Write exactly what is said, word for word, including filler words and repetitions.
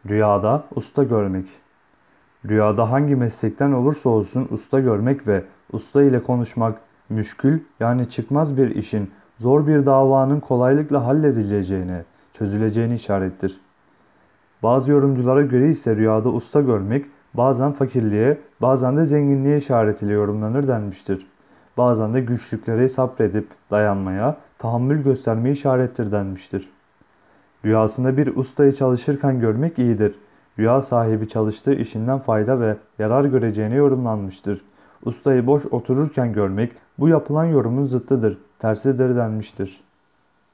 Rüyada usta görmek. Rüyada hangi meslekten olursa olsun usta görmek ve usta ile konuşmak, müşkül yani çıkmaz bir işin, zor bir davanın kolaylıkla halledileceğine, çözüleceğini işarettir. Bazı yorumculara göre ise rüyada usta görmek bazen fakirliğe, bazen de zenginliğe işaretiyle yorumlanır denmiştir. Bazen de güçlüklere sabredip dayanmaya, tahammül göstermeye işarettir denmiştir. Rüyasında bir ustayı çalışırken görmek iyidir. Rüya sahibi çalıştığı işinden fayda ve yarar göreceğine yorumlanmıştır. Ustayı boş otururken görmek bu yapılan yorumun zıttıdır, tersidir denmiştir.